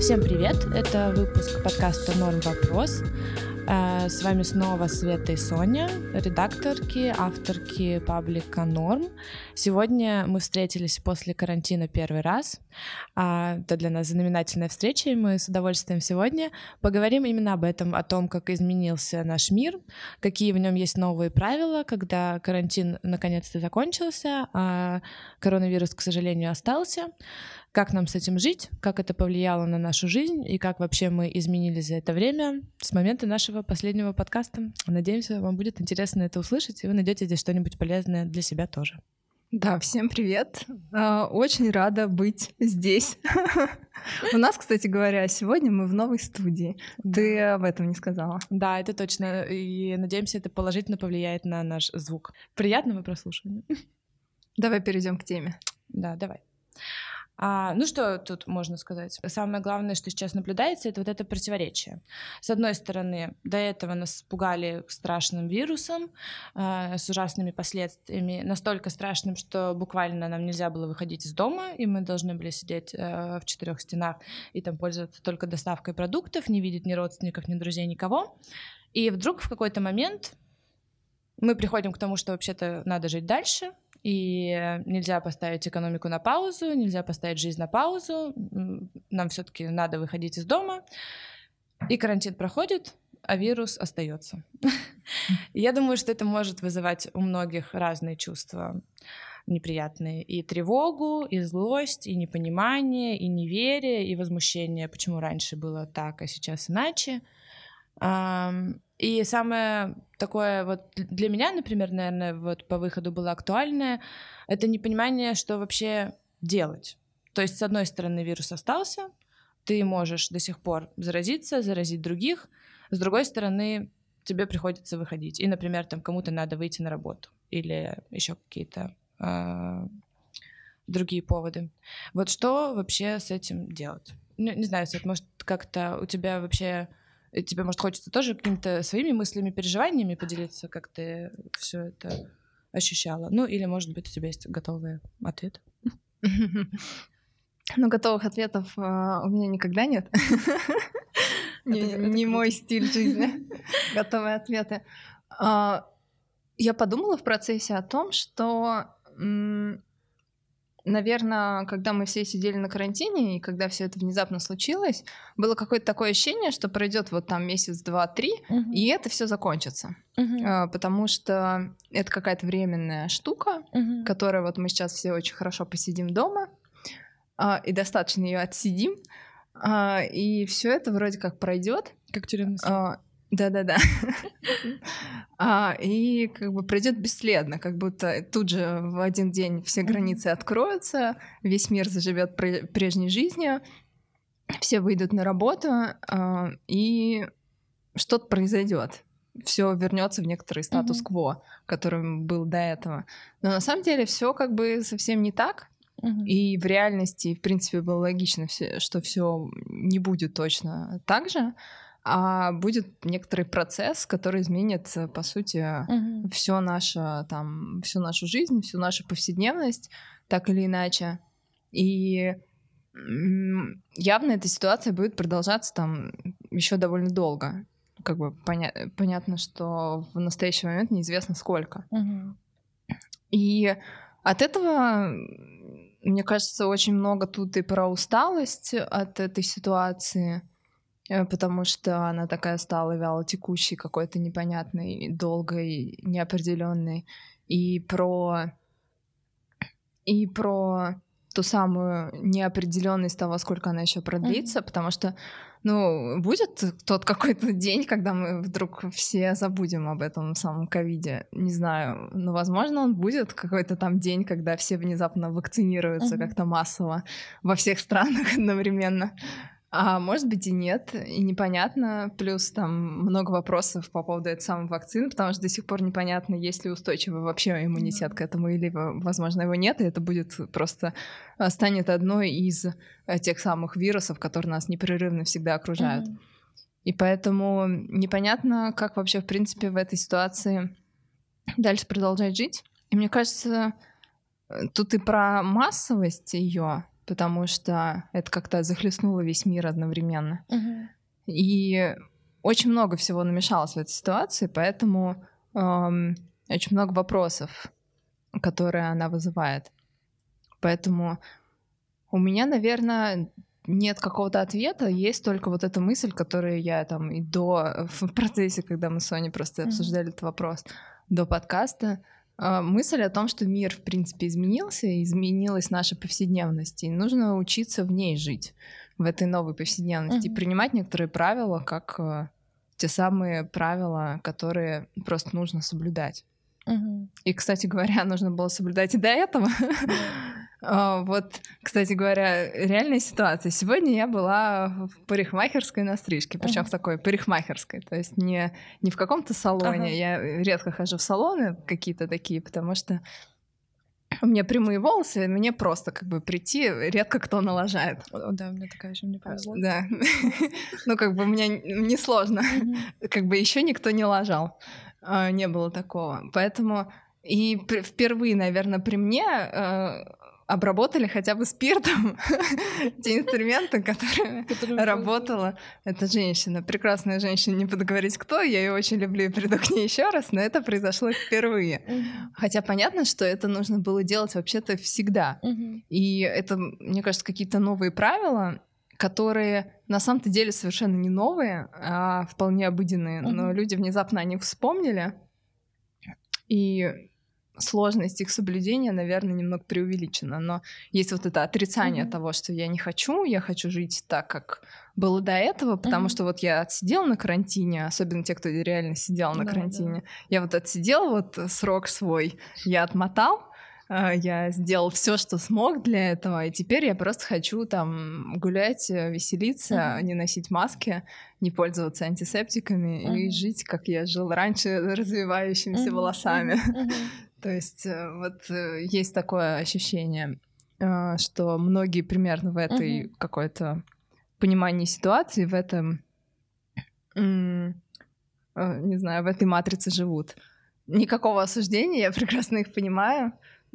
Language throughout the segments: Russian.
Всем привет! Это выпуск подкаста «Норм вопрос». С вами снова Света и Соня, редакторки, авторки паблика «Норм». Сегодня мы встретились после карантина первый раз. Это для нас знаменательная встреча, и мы с удовольствием сегодня поговорим именно об этом, о том, как изменился наш мир, какие в нем есть новые правила, когда карантин наконец-то закончился, а коронавирус, к сожалению, остался. Как нам с этим жить, как это повлияло на нашу жизнь и как вообще мы изменились за это время с момента нашего последнего подкаста. Надеемся, вам будет интересно это услышать, и вы найдете здесь что-нибудь полезное для себя тоже. Да, всем привет. Очень рада быть здесь. У нас, кстати говоря, сегодня мы в новой студии. Ты об этом не сказала. Да, это точно. И надеемся, это положительно повлияет на наш звук. Приятного прослушивания. Давай перейдем к теме. Да, давай. Ну что тут можно сказать? Самое главное, что сейчас наблюдается, это вот это противоречие. С одной стороны, до этого нас пугали страшным вирусом, с ужасными последствиями, настолько страшным, что буквально нам нельзя было выходить из дома, и мы должны были сидеть в 4 стенах и там пользоваться только доставкой продуктов, не видеть ни родственников, ни друзей, никого. И вдруг в какой-то момент мы приходим к тому, что вообще-то надо жить дальше, и нельзя поставить экономику на паузу, нельзя поставить жизнь на паузу, нам все-таки надо выходить из дома, и карантин проходит, а вирус остается. Я думаю, что это может вызывать у многих разные чувства неприятные, и тревогу, и злость, и непонимание, и неверие, и возмущение, почему раньше было так, а сейчас иначе. И самое такое вот для меня, например, наверное, вот по выходу было актуальное, это непонимание, что вообще делать. То есть, с одной стороны, вирус остался, ты можешь до сих пор заразиться, заразить других, с другой стороны, тебе приходится выходить. И, например, там кому-то надо выйти на работу или еще какие-то другие поводы. Вот что вообще с этим делать? Ну, не знаю, Свет, может, как-то у тебя вообще... Тебе, может, хочется тоже какими-то своими мыслями, переживаниями поделиться, как ты все это ощущала? Ну, или, может быть, у тебя есть готовый ответ? Ну, готовых ответов у меня никогда нет. Не мой стиль жизни. Готовые ответы. Я подумала в процессе о том, что... Наверное, когда мы все сидели на карантине, и когда все это внезапно случилось, было какое-то такое ощущение, что пройдет вот там месяц, 2, 3, и это все закончится. Потому что это какая-то временная штука, которая вот мы сейчас все очень хорошо посидим дома, и достаточно ее отсидим, и все это вроде как пройдет. Как тюремный срок. Да-да-да. И как бы пройдет бесследно, как будто тут же в один день все границы откроются, весь мир заживет прежней жизнью, все выйдут на работу, и что-то произойдет. Все вернется в некоторый статус-кво, которым был до этого. Но на самом деле все как бы совсем не так. И в реальности, в принципе, было логично, что все не будет точно так же. А будет некоторый процесс, который изменит, по сути, всю нашу жизнь, всю нашу повседневность, так или иначе. И явно эта ситуация будет продолжаться там еще довольно долго. Как бы понятно, что в настоящий момент неизвестно сколько. И от этого, мне кажется, очень много тут и про усталость от этой ситуации, потому что она такая стала вялотекущей, какой-то непонятной, долгой, неопределенной, и про ту самую неопределенность того, сколько она еще продлится, потому что, будет тот какой-то день, когда мы вдруг все забудем об этом самом ковиде, не знаю, но, возможно, он будет какой-то там день, когда все внезапно вакцинируются как-то массово во всех странах одновременно. А может быть и нет, и непонятно. Плюс там много вопросов по поводу этой самой вакцины, потому что до сих пор непонятно, есть ли устойчивый вообще иммунитет к этому, или, возможно, его нет, и это будет просто станет одной из тех самых вирусов, которые нас непрерывно всегда окружают. И поэтому непонятно, как вообще, в принципе, в этой ситуации дальше продолжать жить. И мне кажется, тут и про массовость ее потому что это как-то захлестнуло весь мир одновременно. И очень много всего намешалось в этой ситуации, поэтому очень много вопросов, которые она вызывает. Поэтому у меня, наверное, нет какого-то ответа, есть только вот эта мысль, которую я там и в процессе, когда мы с Соней просто обсуждали этот вопрос, до подкаста, мысль о том, что мир, в принципе, изменился, и изменилась наша повседневность, и нужно учиться в ней жить, в этой новой повседневности, и принимать некоторые правила, как те самые правила, которые просто нужно соблюдать. И, кстати говоря, нужно было соблюдать и до этого. Вот, кстати говоря, реальная ситуация. Сегодня я была в парикмахерской на стрижке, причем в такой парикмахерской, то есть не в каком-то салоне. Я редко хожу в салоны какие-то такие, потому что у меня прямые волосы, мне просто как бы прийти, редко кто налажает. Да, у меня такая еще не повезло. Да, ну как бы мне несложно, как бы еще никто не лажал, не было такого. Поэтому и впервые, наверное, при мне обработали хотя бы спиртом те инструменты, которыми работала эта женщина. Прекрасная женщина, не буду говорить кто, я ее очень люблю и приду к ней еще раз, но это произошло впервые. Хотя понятно, что это нужно было делать вообще-то всегда. И это, мне кажется, какие-то новые правила, которые на самом-то деле совершенно не новые, а вполне обыденные, но люди внезапно о них вспомнили, и сложность их соблюдения, наверное, немного преувеличена, но есть вот это отрицание того, что я не хочу, я хочу жить так, как было до этого, потому что вот я отсидела на карантине, особенно те, кто реально сидел на карантине, я вот отсидел вот срок свой, я отмотал, я сделал все, что смог для этого, и теперь я просто хочу там гулять, веселиться, не носить маски, не пользоваться антисептиками и жить, как я жил раньше, развивающимися волосами. То есть вот есть такое ощущение, что многие примерно в этой какой-то понимании ситуации, в этом, не знаю, в этой матрице живут. Никакого осуждения, я прекрасно их понимаю,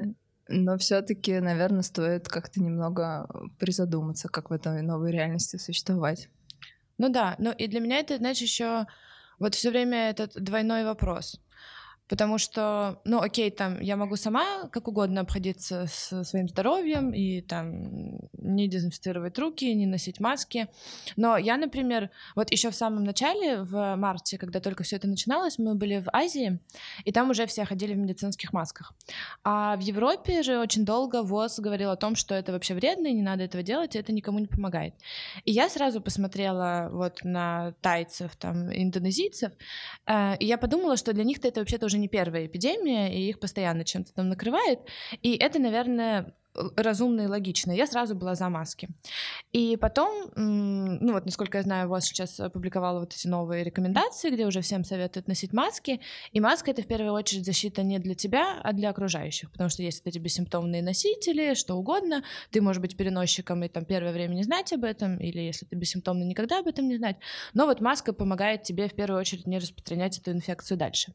но все-таки, наверное, стоит как-то немного призадуматься, как в этой новой реальности существовать. Ну да, ну и для меня это, знаешь, еще вот все время этот двойной вопрос. Потому что, ну окей, там я могу сама как угодно обходиться со своим здоровьем и там не дезинфицировать руки, не носить маски. Но я, например, вот еще в самом начале, в марте, когда только все это начиналось, мы были в Азии, и там уже все ходили в медицинских масках. А в Европе же очень долго ВОЗ говорил о том, что это вообще вредно, и не надо этого делать, и это никому не помогает. И я сразу посмотрела вот на тайцев, там, индонезийцев, и я подумала, что для них-то это вообще-то уже не первая эпидемия, и их постоянно чем-то там накрывает. И это, наверное, разумно и логично. Я сразу была за маски. И потом, ну вот, насколько я знаю, ВОЗ сейчас опубликовала вот эти новые рекомендации, где уже всем советуют носить маски. И маска — это в первую очередь защита не для тебя, а для окружающих. Потому что есть вот эти бессимптомные носители, что угодно. Ты можешь быть переносчиком и там первое время не знать об этом, или если ты бессимптомный, никогда об этом не знать. Но вот маска помогает тебе в первую очередь не распространять эту инфекцию дальше.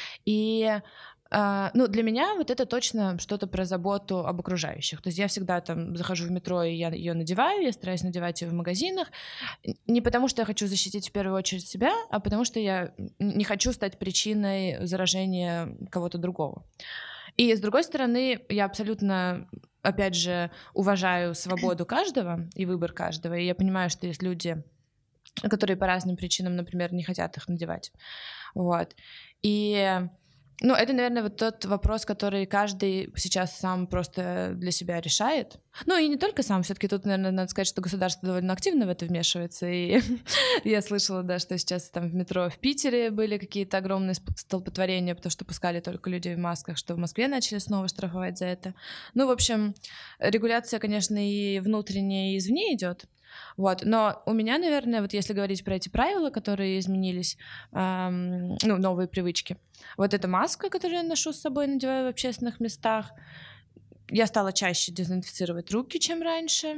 И ну, для меня вот это точно что-то про заботу об окружающих. То есть я всегда там захожу в метро, и я ее надеваю, я стараюсь надевать ее в магазинах. Не потому, что я хочу защитить в первую очередь себя, а потому что я не хочу стать причиной заражения кого-то другого. И с другой стороны, я абсолютно, опять же, уважаю свободу каждого и выбор каждого. И я понимаю, что есть люди, которые по разным причинам, например, не хотят их надевать. Вот. И ну, это, наверное, вот тот вопрос, который каждый сейчас сам просто для себя решает. Ну, и не только сам, все-таки тут, наверное, надо сказать, что государство довольно активно в это вмешивается. И я слышала, да, что сейчас там в метро в Питере были какие-то огромные столпотворения, потому что пускали только людей в масках, что в Москве начали снова штрафовать за это. Ну, в общем, регуляция, конечно, и внутренняя, и извне идет. Вот. Но у меня, наверное, вот если говорить про эти правила, которые изменились, ну, новые привычки, вот эта маска, которую я ношу с собой, надеваю в общественных местах, я стала чаще дезинфицировать руки, чем раньше.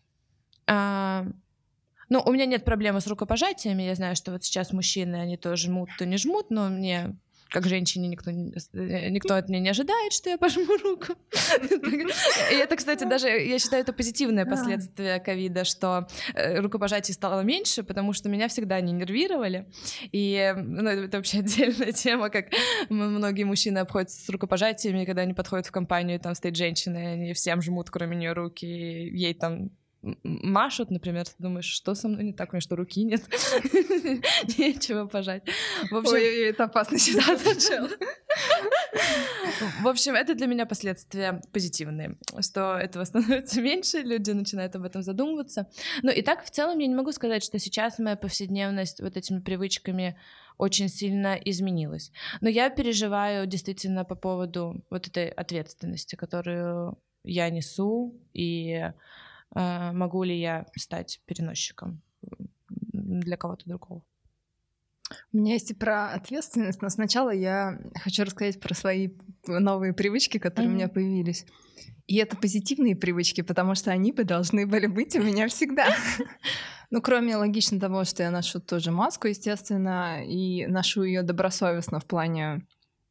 Ну, у меня нет проблемы с рукопожатиями, я знаю, что вот сейчас мужчины, они то жмут, то не жмут, но мне как женщине никто от меня не ожидает, что я пожму руку. И это, кстати, даже, я считаю, это позитивное последствие ковида, что рукопожатий стало меньше, потому что меня всегда они нервировали. И это вообще отдельная тема, как многие мужчины обходятся с рукопожатиями, когда они подходят в компанию, там стоит женщина, и они всем жмут, кроме нее, руки, и ей там машут, например, ты думаешь, что со мной не так, у меня что, руки нет? Нечего пожать. Ой, это опасно сейчас звучало. В общем, это для меня последствия позитивные, что этого становится меньше, люди начинают об этом задумываться. Ну и так, в целом, я не могу сказать, что сейчас моя повседневность вот этими привычками очень сильно изменилась. Но я переживаю действительно по поводу вот этой ответственности, которую я несу, и могу ли я стать переносчиком для кого-то другого. У меня есть и про ответственность, но сначала я хочу рассказать про свои новые привычки, которые у меня появились. И это позитивные привычки, потому что они бы должны были быть у меня всегда. Ну, кроме логично того, что я ношу тоже маску, естественно, и ношу ее добросовестно в плане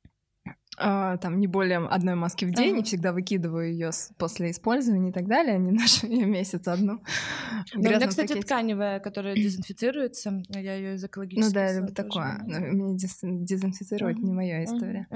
там не более одной маски в день, и всегда выкидываю ее после использования и так далее, не ношу ее месяц одну. У меня, кстати, тканевая, которая дезинфицируется, я ее из экологических. Ну да, я люблю такое. Но мне дезинфицировать не моя история.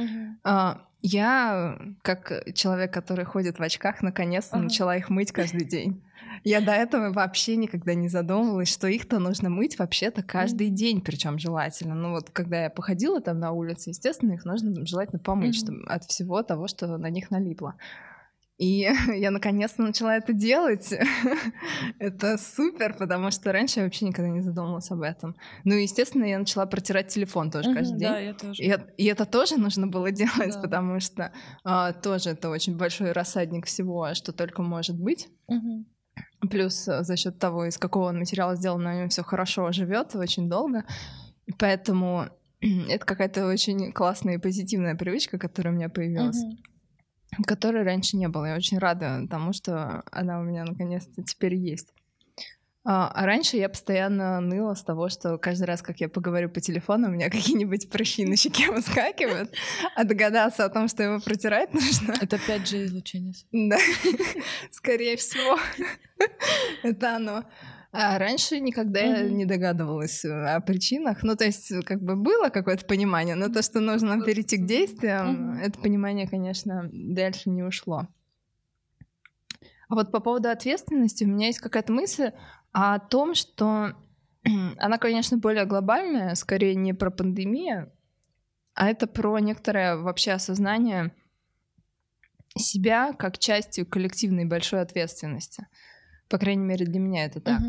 Я, как человек, который ходит в очках, наконец-то начала их мыть каждый день. Я до этого вообще никогда не задумывалась, что их-то нужно мыть вообще-то каждый день, причем желательно. Ну вот, когда я походила там на улице, естественно, их нужно желательно помыть чтобы, от всего того, что на них налипло. И я наконец-то начала это делать. Это супер, потому что раньше я вообще никогда не задумывалась об этом. Ну и, естественно, я начала протирать телефон тоже каждый день. Да, я тоже. И это тоже нужно было делать, потому что тоже это очень большой рассадник всего, что только может быть. Плюс за счет того, из какого материала сделано, на нем все хорошо живет очень долго. И поэтому это какая-то очень классная и позитивная привычка, которая у меня появилась. Которой раньше не было. Я очень рада тому, что она у меня наконец-то теперь есть. А раньше я постоянно ныла с того, что каждый раз, как я поговорю по телефону, у меня какие-нибудь прыщи на щеке выскакивают, а догадаться о том, что его протирать нужно... Это 5G излучение. Да, скорее всего, это оно. А раньше никогда я не догадывалась о причинах. Ну, то есть, как бы было какое-то понимание, но то, что нужно перейти к действиям, это понимание, конечно, дальше не ушло. А вот по поводу ответственности у меня есть какая-то мысль о том, что она, конечно, более глобальная, скорее не про пандемию, а это про некоторое вообще осознание себя как части коллективной большой ответственности. По крайней мере, для меня это так.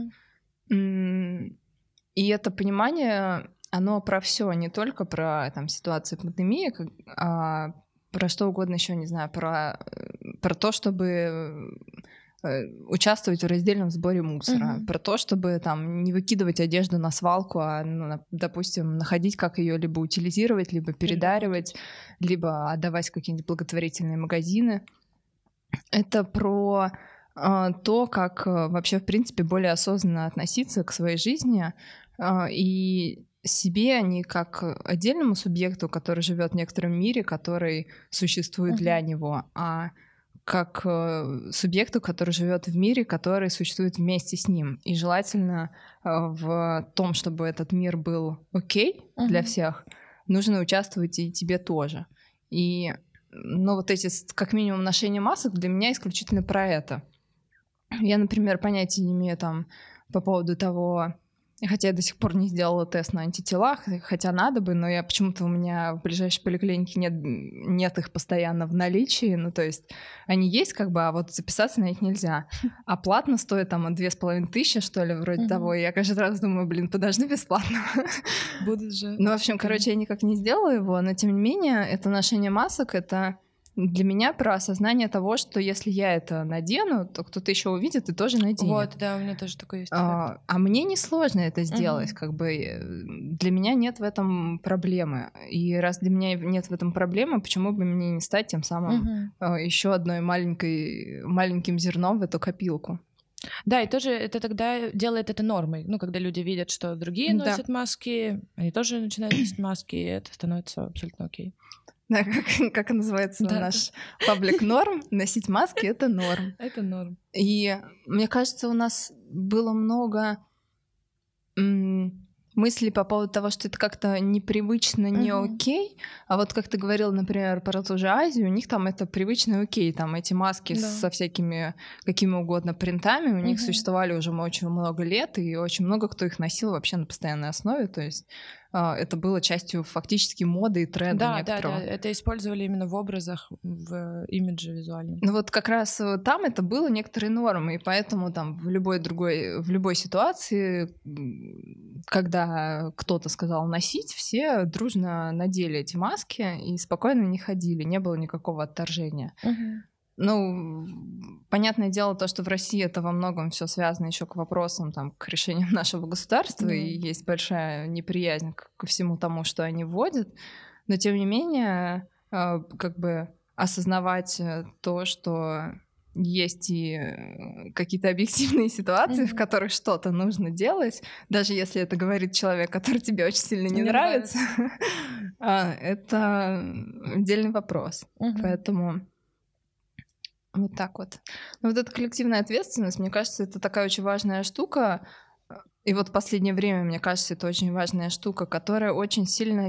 И это понимание, оно про все, не только про там, ситуацию пандемии, а про что угодно еще, не знаю, про то, чтобы участвовать в раздельном сборе мусора, про то, чтобы там не выкидывать одежду на свалку, а, ну, допустим, находить, как ее либо утилизировать, либо передаривать, либо отдавать в какие-нибудь благотворительные магазины. Это про то, как вообще, в принципе, более осознанно относиться к своей жизни и себе, а не как отдельному субъекту, который живет в некотором мире, который существует для него, а как субъекту, который живет в мире, который существует вместе с ним. И желательно в том, чтобы этот мир был окей для всех, нужно участвовать и тебе тоже. И ну, вот эти, как минимум, ношения масок для меня исключительно про это. Я, например, понятия не имею там по поводу того, хотя я до сих пор не сделала тест на антитела, хотя надо бы, но я почему-то у меня в ближайшей поликлинике нет их постоянно в наличии, ну то есть они есть как бы, а вот записаться на них нельзя. А платно стоит там 2500, что ли, вроде того, и я каждый раз думаю, подожди бесплатно. Будут же. Ну, в общем, короче, я никак не сделала его, но тем не менее, это ношение масок, это для меня про осознание того, что если я это надену, то кто-то еще увидит и тоже наденет. Вот, да, у меня тоже такое есть. А мне несложно это сделать, как бы для меня нет в этом проблемы. И раз для меня нет в этом проблемы, почему бы мне не стать тем самым еще одной маленьким зерном в эту копилку? Да, и тоже это тогда делает это нормой. Ну, когда люди видят, что другие Да. носят маски, они тоже начинают носить маски, и это становится абсолютно окей. Да, как называется Да, наш паблик норм, носить маски — это норм. Это норм. И мне кажется, у нас было много мыслей по поводу того, что это как-то непривычно, не окей. А вот как ты говорил, например, про ту же Азию, у них там это привычно и окей. Там эти маски со всякими какими угодно принтами, у них существовали уже очень много лет, и очень много кто их носил вообще на постоянной основе. То есть это было частью фактически моды и тренда некоторого. Да, это использовали именно в образах, в имидже визуальном. Ну вот как раз там это было некоторые нормы, и поэтому там в любой ситуации, когда кто-то сказал носить, все дружно надели эти маски и спокойно не ходили, не было никакого отторжения. Ну, понятное дело, то, что в России это во многом все связано еще к вопросам, там, к решениям нашего государства, и есть большая неприязнь ко всему тому, что они вводят. Но, тем не менее, как бы осознавать то, что есть и какие-то объективные ситуации, в которых что-то нужно делать, даже если это говорит человек, который тебе очень сильно не нравится, это отдельный вопрос. Поэтому... Вот так вот. Но вот эта коллективная ответственность, мне кажется, это такая очень важная штука. И вот в последнее время, мне кажется, это очень важная штука, которая очень сильно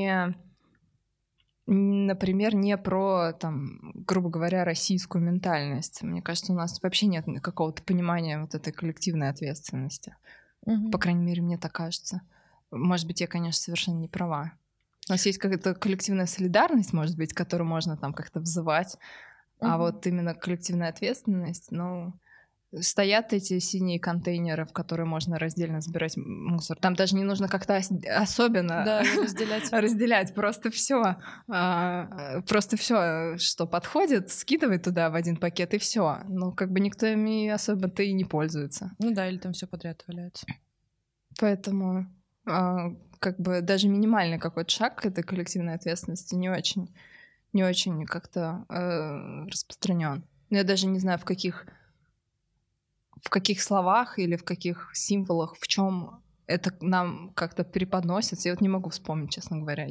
например, не про, там, грубо говоря, российскую ментальность. Мне кажется, у нас вообще нет какого-то понимания вот этой коллективной ответственности. По крайней мере, мне так кажется. Может быть, я, конечно, совершенно не права. У нас есть какая-то коллективная солидарность, может быть, которую можно там как-то взывать. А вот именно коллективная ответственность, ну, стоят эти синие контейнеры, в которые можно раздельно забирать мусор. Там даже не нужно как-то особенно разделять. Просто все, что подходит, скидывай туда в один пакет, и все. Ну, как бы никто ими особо-то и не пользуется. Ну да, или там все подряд валяется. Поэтому как бы даже минимальный какой-то шаг к этой коллективной ответственности не очень как-то распространен. Я даже не знаю, в каких словах или в каких символах, в чем это нам как-то преподносится. Я вот не могу вспомнить, честно говоря.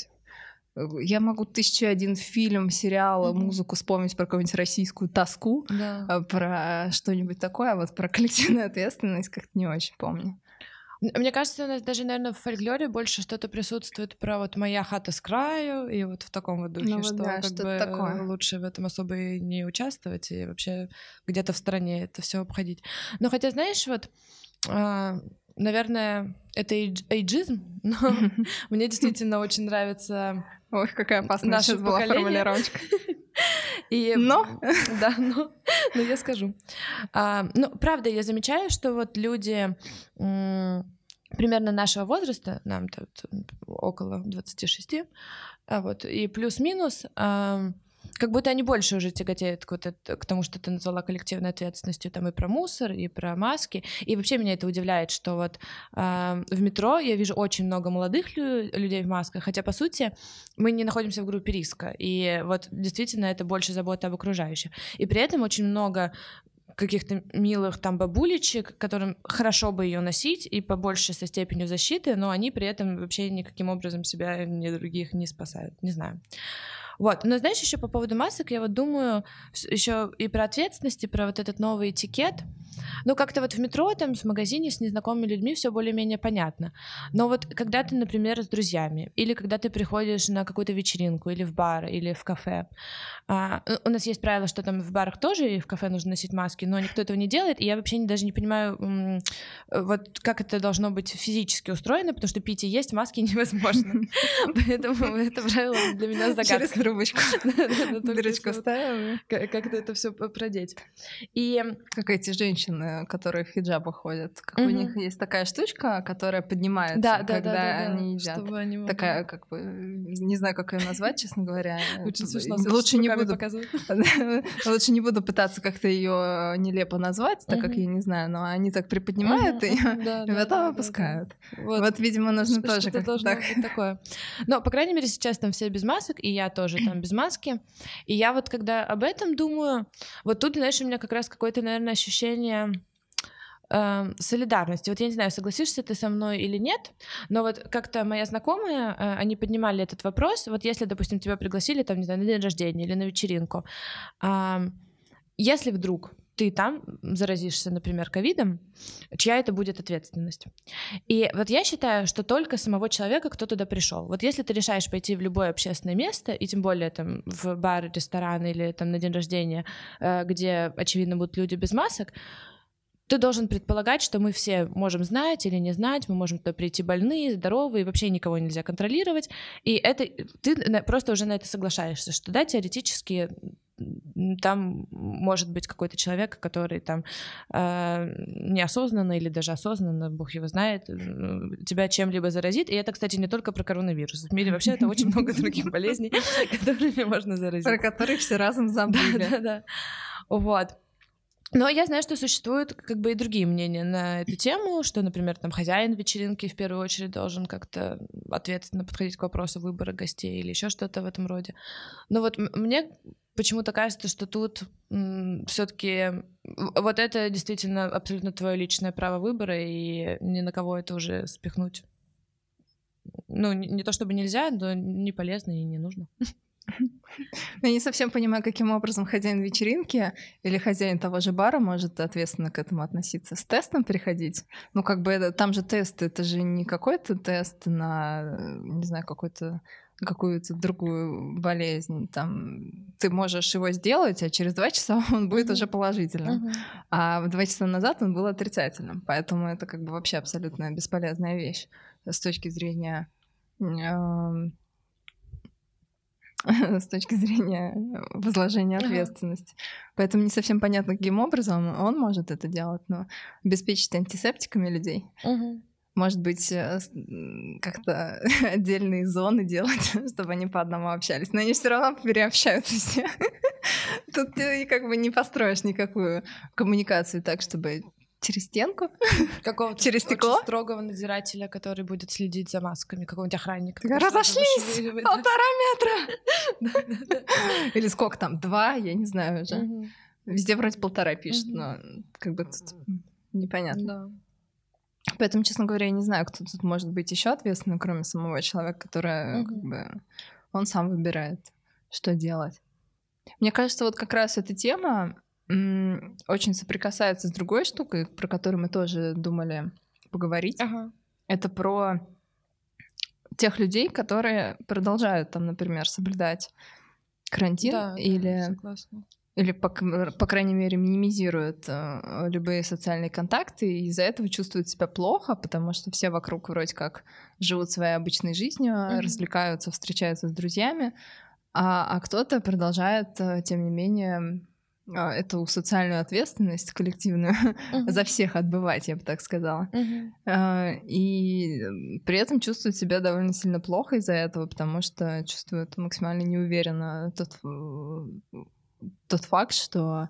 Я могу 1001 фильм, сериал, музыку вспомнить про какую-нибудь российскую тоску, про что-нибудь такое, а вот про коллективную ответственность как-то не очень помню. Мне кажется, у нас даже, наверное, в фольклоре больше что-то присутствует про вот «моя хата с краю» и вот в таком вот духе, что да, как бы такое. Лучше в этом особо и не участвовать и вообще где-то в стороне это все обходить. Но хотя, знаешь, вот, наверное, это эйджизм, но мне действительно очень нравится... Ой, какая опасная сейчас была формулировочка. Но я скажу. Ну, правда, я замечаю, что вот люди примерно нашего возраста, нам тут около 26, вот, и плюс-минус, как будто они больше уже тяготеют к тому, что ты назвала коллективной ответственностью, там и про мусор, и про маски. И вообще меня это удивляет, что вот в метро я вижу очень много молодых людей в масках, хотя, по сути, мы не находимся в группе риска. И вот действительно это больше забота об окружающих. И при этом очень много каких-то милых там бабулечек, которым хорошо бы ее носить и побольше со степенью защиты, но они при этом вообще никаким образом себя ни других не спасают. Не знаю. Вот. Но знаешь, еще по поводу масок, я вот думаю еще и про ответственность, и про вот этот новый этикет. Ну, как-то вот в метро, там, в магазине с незнакомыми людьми все более-менее понятно. Но вот когда ты, например, с друзьями, или когда ты приходишь на какую-то вечеринку, или в бар, или в кафе, у нас есть правило, что там в барах тоже и в кафе нужно носить маски, но никто этого не делает, и я вообще даже не понимаю, вот как это должно быть физически устроено, потому что пить и есть маски невозможно. Поэтому это правило для меня загадка. Через трубочку. Дырочку ставим. Как-то это все продеть. И как эти женщины, которые в хиджабах ходят, как у них есть такая штучка, которая поднимается, когда они едят. Такая, как бы, не знаю, как ее назвать, честно говоря. Очень смешно. Лучше не буду пытаться как-то ее нелепо назвать, так как я не знаю, но они так приподнимают ее и потом опускают. Вот, видимо, нужно тоже как-то так. Такое. Но, по крайней мере, сейчас там все без масок, и я тоже там без маски. И я вот когда об этом думаю, вот тут, знаешь, у меня как раз какое-то, наверное, ощущение солидарности. Вот я не знаю, согласишься ты со мной или нет, но вот как-то моя знакомая, они поднимали этот вопрос, вот если, допустим, тебя пригласили там, не знаю, на день рождения или на вечеринку, если вдруг ты там заразишься, например, ковидом, чья это будет ответственность? И вот я считаю, что только самого человека, кто туда пришел. Вот если ты решаешь пойти в любое общественное место, и тем более там в бар, ресторан или там на день рождения, где, очевидно, будут люди без масок, ты должен предполагать, что мы все можем знать или не знать, мы можем туда прийти больные, здоровые, вообще никого нельзя контролировать, и это ты просто уже на это соглашаешься, что да, теоретически там может быть какой-то человек, который там неосознанно или даже осознанно, бог его знает, тебя чем-либо заразит. И это, кстати, не только про коронавирус. В мире вообще это очень много других болезней, которыми можно заразить. Про которые все разом забыли. Да. Вот. Но я знаю, что существуют как бы и другие мнения на эту тему, что, например, там хозяин вечеринки в первую очередь должен как-то ответственно подходить к вопросу выбора гостей или еще что-то в этом роде. Но вот мне почему-то кажется, что тут все-таки вот это действительно абсолютно твое личное право выбора, и ни на кого это уже спихнуть. Ну, не то чтобы нельзя, но не полезно и не нужно. Я не совсем понимаю, каким образом хозяин вечеринки или хозяин того же бара может ответственно к этому относиться. С тестом приходить? Ну, как бы там же тест, это же не какой-то тест на, не знаю, какую-то другую болезнь. Там ты можешь его сделать, а через 2 часа он будет уже положительным. А 2 часа назад он был отрицательным. Поэтому это как бы вообще абсолютно бесполезная вещь с точки зрения возложения ответственности. Поэтому не совсем понятно, каким образом он может это делать, но обеспечить антисептиками людей. Может быть, как-то отдельные зоны делать, чтобы они по одному общались. Но они все равно переобщаются все. Тут ты как бы не построишь никакую коммуникацию так, чтобы через стенку, какого-то через стекло. Строгого надзирателя, который будет следить за масками, какого-нибудь охранника. Разошлись! 1,5 метра! Или сколько там? 2, я не знаю уже. Везде вроде 1,5 пишет, но как бы тут непонятно. Поэтому, честно говоря, я не знаю, кто тут может быть еще ответственным, кроме самого человека, который как бы он сам выбирает, что делать. Мне кажется, вот как раз эта тема очень соприкасается с другой штукой, про которую мы тоже думали поговорить. Это про тех людей, которые продолжают там, например, соблюдать карантин или по крайней мере, минимизируют любые социальные контакты, и из-за этого чувствуют себя плохо, потому что все вокруг вроде как живут своей обычной жизнью, развлекаются, встречаются с друзьями, а кто-то продолжает, тем не менее, эту социальную ответственность коллективную за всех отбывать, я бы так сказала. И при этом чувствует себя довольно сильно плохо из-за этого, потому что чувствует максимально неуверенно тот факт, что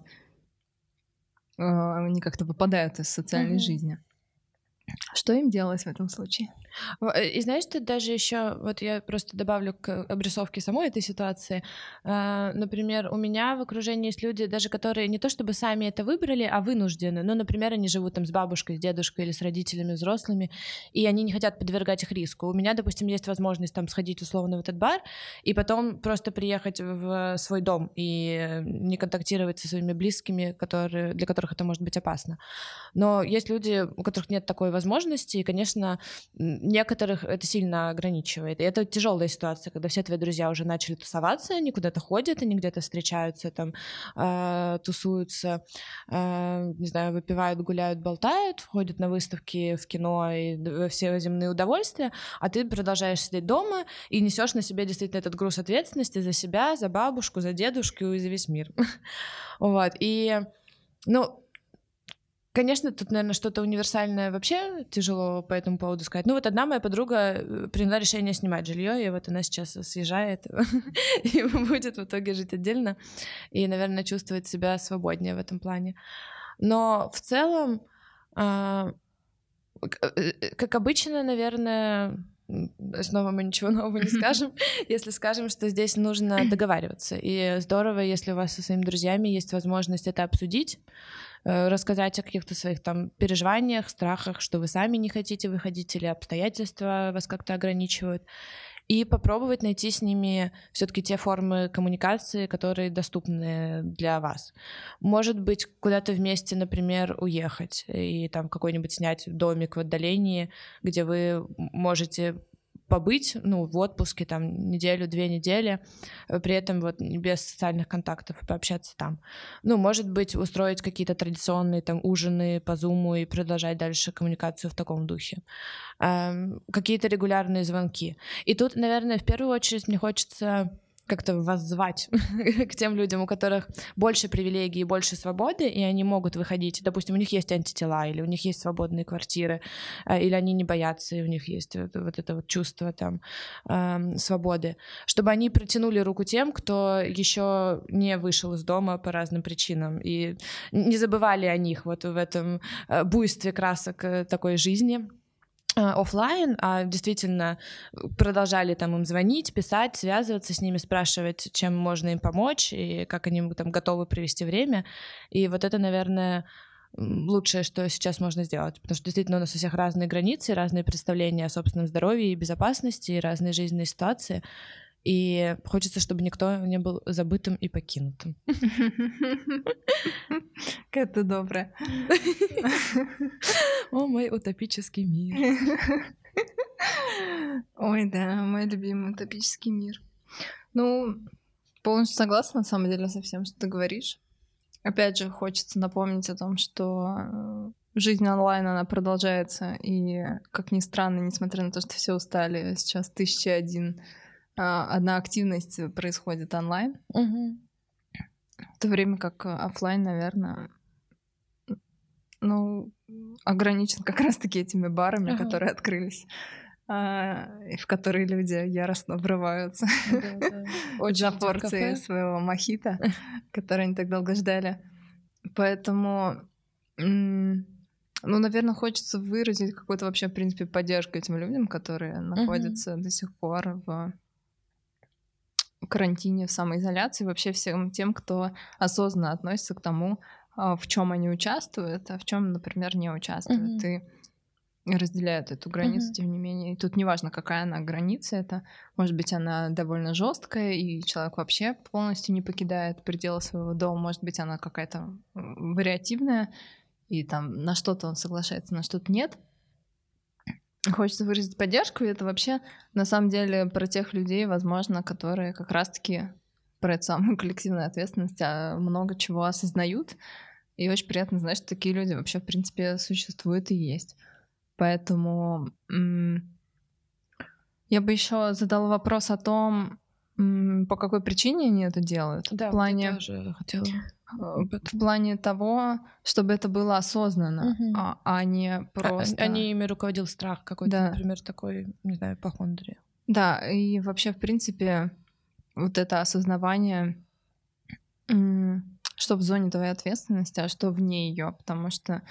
они как-то выпадают из социальной жизни. Что им делать в этом случае? И знаешь, ты даже еще, вот я просто добавлю к обрисовке самой этой ситуации. Например, у меня в окружении есть люди, даже которые не то чтобы сами это выбрали, а вынуждены. Ну, например, они живут там с бабушкой, с дедушкой или с родителями взрослыми, и они не хотят подвергать их риску. У меня, допустим, есть возможность там сходить условно в этот бар и потом просто приехать в свой дом и не контактировать со своими близкими, для которых это может быть опасно. Но есть люди, у которых нет такой возможности, и, конечно, некоторых это сильно ограничивает. И это тяжелая ситуация, когда все твои друзья уже начали тусоваться, они куда-то ходят, они где-то встречаются, там, тусуются, не знаю, выпивают, гуляют, болтают, ходят на выставки, в кино и во все земные удовольствия, а ты продолжаешь сидеть дома и несешь на себе действительно этот груз ответственности за себя, за бабушку, за дедушку и за весь мир. Вот. И, конечно, тут, наверное, что-то универсальное вообще тяжело по этому поводу сказать. Вот одна моя подруга приняла решение снимать жилье, и вот она сейчас съезжает и будет в итоге жить отдельно и, наверное, чувствовать себя свободнее в этом плане. Но в целом, как обычно, наверное, снова мы ничего нового не скажем, если скажем, что здесь нужно договариваться. И здорово, если у вас со своими друзьями есть возможность это обсудить, рассказать о каких-то своих там переживаниях, страхах, что вы сами не хотите выходить или обстоятельства вас как-то ограничивают, и попробовать найти с ними все-таки те формы коммуникации, которые доступны для вас. Может быть, куда-то вместе, например, уехать и там какой-нибудь снять домик в отдалении, где вы можете побыть, в отпуске, там, неделю, 2 недели, при этом вот без социальных контактов, пообщаться там. Может быть, устроить какие-то традиционные там ужины по Зуму и продолжать дальше коммуникацию в таком духе. Какие-то регулярные звонки. И тут, наверное, в первую очередь мне хочется как-то воззвать к тем людям, у которых больше привилегий, больше свободы, и они могут выходить. Допустим, у них есть антитела, или у них есть свободные квартиры, или они не боятся, и у них есть вот это вот чувство там свободы. Чтобы они протянули руку тем, кто еще не вышел из дома по разным причинам, и не забывали о них вот в этом буйстве красок такой жизни офлайн, а действительно продолжали там им звонить, писать, связываться с ними, спрашивать, чем можно им помочь и как они там готовы провести время. И вот это, наверное, лучшее, что сейчас можно сделать, потому что действительно у нас у всех разные границы, разные представления о собственном здоровье и безопасности, и разные жизненные ситуации. И хочется, чтобы никто не был забытым и покинутым. Какая ты добрая. О, мой утопический мир. Ой, да, мой любимый утопический мир. Полностью согласна, на самом деле, со всем, что ты говоришь. Опять же, хочется напомнить о том, что жизнь онлайн, она продолжается, и, как ни странно, несмотря на то, что все устали, сейчас 1001 активность происходит онлайн, в то время как офлайн, наверное, ограничен как раз-таки этими барами, которые открылись, в которые люди яростно врываются за порцией своего мохито, который они так долго ждали. Поэтому, наверное, хочется выразить какую-то вообще, в принципе, поддержку этим людям, которые находятся до сих пор в карантине, в самоизоляции, вообще всем тем, кто осознанно относится к тому, в чем они участвуют, а в чем, например, не участвуют. И разделяют эту границу, тем не менее. И тут неважно, какая она граница, это может быть она довольно жесткая, и человек вообще полностью не покидает пределы своего дома, может быть она какая-то вариативная, и там на что-то он соглашается, на что-то нет. Хочется выразить поддержку, и это вообще на самом деле про тех людей, возможно, которые как раз-таки про эту самую коллективную ответственность много чего осознают, и очень приятно знать, что такие люди вообще, в принципе, существуют и есть. Поэтому я бы еще задала вопрос о том, по какой причине они это делают. Да, в плане, я тоже хотела. В плане того, чтобы это было осознанно, а не просто... А не ими руководил страх какой-то, да. Например, такой, не знаю, ипохондрия. Да, и вообще, в принципе, вот это осознавание, что в зоне твоей ответственности, а что вне ее, потому что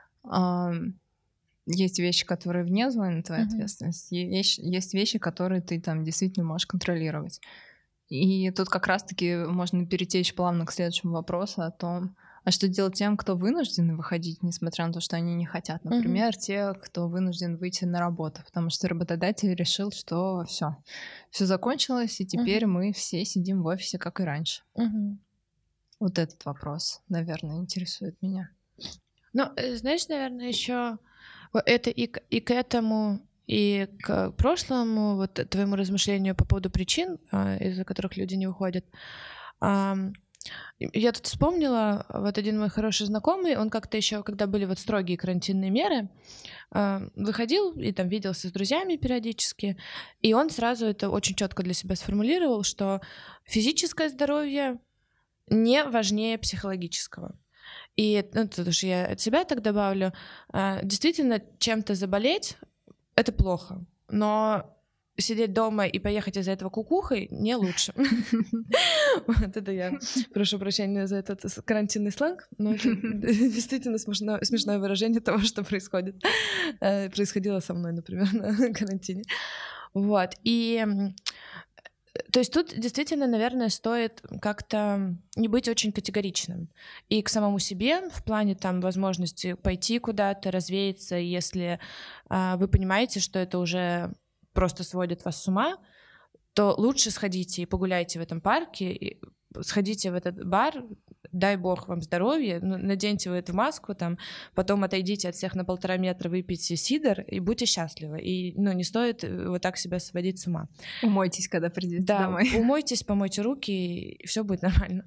есть вещи, которые вне зоны твоей ответственности, есть вещи, которые ты там действительно можешь контролировать. И тут как раз-таки можно перетечь плавно к следующему вопросу о том, а что делать тем, кто вынужден выходить, несмотря на то, что они не хотят. Например, те, кто вынужден выйти на работу, потому что работодатель решил, что все закончилось, и теперь мы все сидим в офисе, как и раньше. Вот этот вопрос, наверное, интересует меня. Знаешь, наверное, еще это и к этому, и к прошлому, вот твоему размышлению по поводу причин, из-за которых люди не выходят. Я тут вспомнила, вот один мой хороший знакомый, он как-то еще, когда были вот строгие карантинные меры, выходил и там виделся с друзьями периодически, и он сразу это очень четко для себя сформулировал, что физическое здоровье не важнее психологического. И тут уж я от себя так добавлю, действительно, чем-то заболеть — это плохо, но сидеть дома и поехать из-за этого кукухой не лучше. Вот это я прошу прощения за этот карантинный сленг, но это действительно смешное выражение того, что происходило со мной, например, на карантине. Вот. И То есть тут действительно, наверное, стоит как-то не быть очень категоричным. И к самому себе в плане там возможности пойти куда-то, развеяться, если вы понимаете, что это уже просто сводит вас с ума, то лучше сходите и погуляйте в этом парке, и сходите в этот бар, дай бог вам здоровья, наденьте вы эту маску, там, потом отойдите от всех на 1,5 метра, выпейте сидр и будьте счастливы. И не стоит вот так себя сводить с ума. Умойтесь, когда придете домой. Да, умойтесь, помойте руки, и все будет нормально.